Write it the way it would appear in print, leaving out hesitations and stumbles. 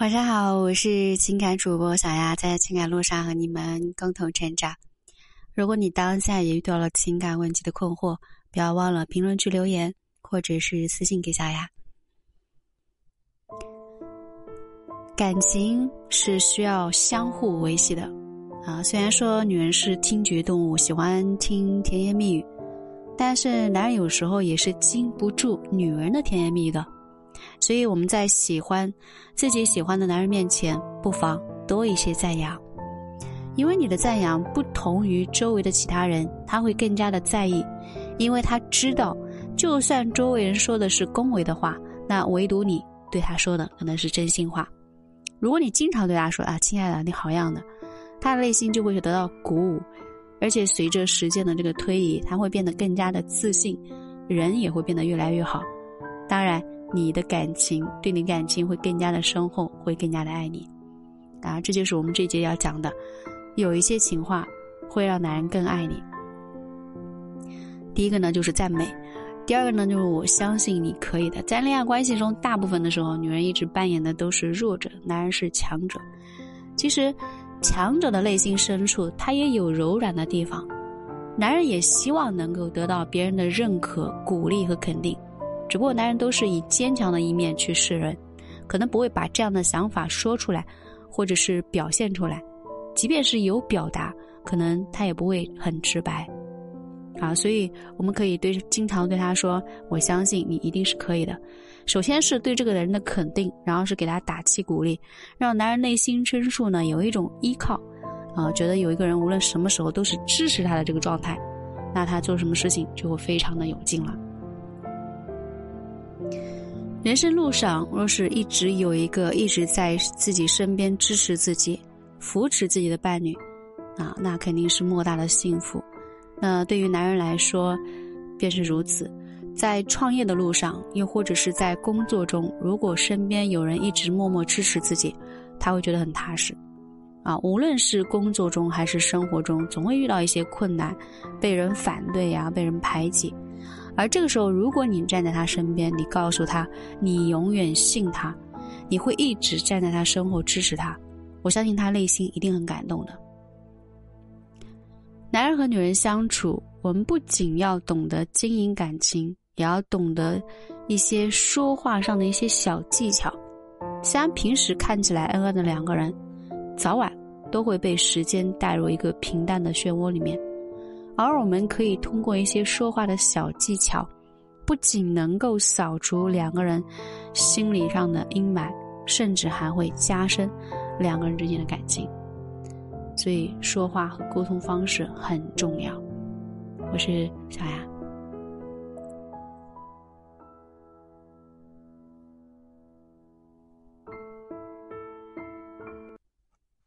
晚上好，我是情感主播小丫，在情感路上和你们共同成长。如果你当下也遇到了情感问题的困惑，不要忘了评论区留言，或者是私信给小丫。感情是需要相互维系的虽然说女人是听觉动物，喜欢听甜言蜜语，但是男人有时候也是经不住女人的甜言蜜语的。所以我们在自己喜欢的男人面前，不妨多一些赞扬，因为你的赞扬不同于周围的其他人，他会更加的在意，因为他知道就算周围人说的是恭维的话，那唯独你对他说的可能是真心话。如果你经常对他说亲爱的你好样的，他的内心就会得到鼓舞，而且随着时间的这个推移，他会变得更加的自信，人也会变得越来越好。当然你的感情会更加的深厚，会更加的爱你这就是我们这节要讲的，有一些情话会让男人更爱你。第一个呢就是赞美，第二个呢就是我相信你可以的。在恋爱关系中，大部分的时候女人一直扮演的都是弱者，男人是强者。其实强者的内心深处他也有柔软的地方，男人也希望能够得到别人的认可、鼓励和肯定，只不过男人都是以坚强的一面去示人，可能不会把这样的想法说出来，或者是表现出来，即便是有表达，可能他也不会很直白所以我们可以经常对他说，我相信你一定是可以的。首先是对这个人的肯定，然后是给他打气鼓励，让男人内心深处呢有一种依靠觉得有一个人无论什么时候都是支持他的这个状态，那他做什么事情就会非常的有劲了。人生路上若是一直有一个一直在自己身边支持自己、扶持自己的伴侣那肯定是莫大的幸福。那对于男人来说便是如此，在创业的路上，又或者是在工作中，如果身边有人一直默默支持自己，他会觉得很踏实无论是工作中还是生活中，总会遇到一些困难，被人反对被人排挤，而这个时候如果你站在他身边，你告诉他你永远信他，你会一直站在他身后支持他，我相信他内心一定很感动的。男人和女人相处，我们不仅要懂得经营感情，也要懂得一些说话上的一些小技巧。虽然平时看起来恩爱的两个人，早晚都会被时间带入一个平淡的漩涡里面，而我们可以通过一些说话的小技巧，不仅能够扫除两个人心理上的阴霾，甚至还会加深两个人之间的感情。所以说话和沟通方式很重要。我是小雅。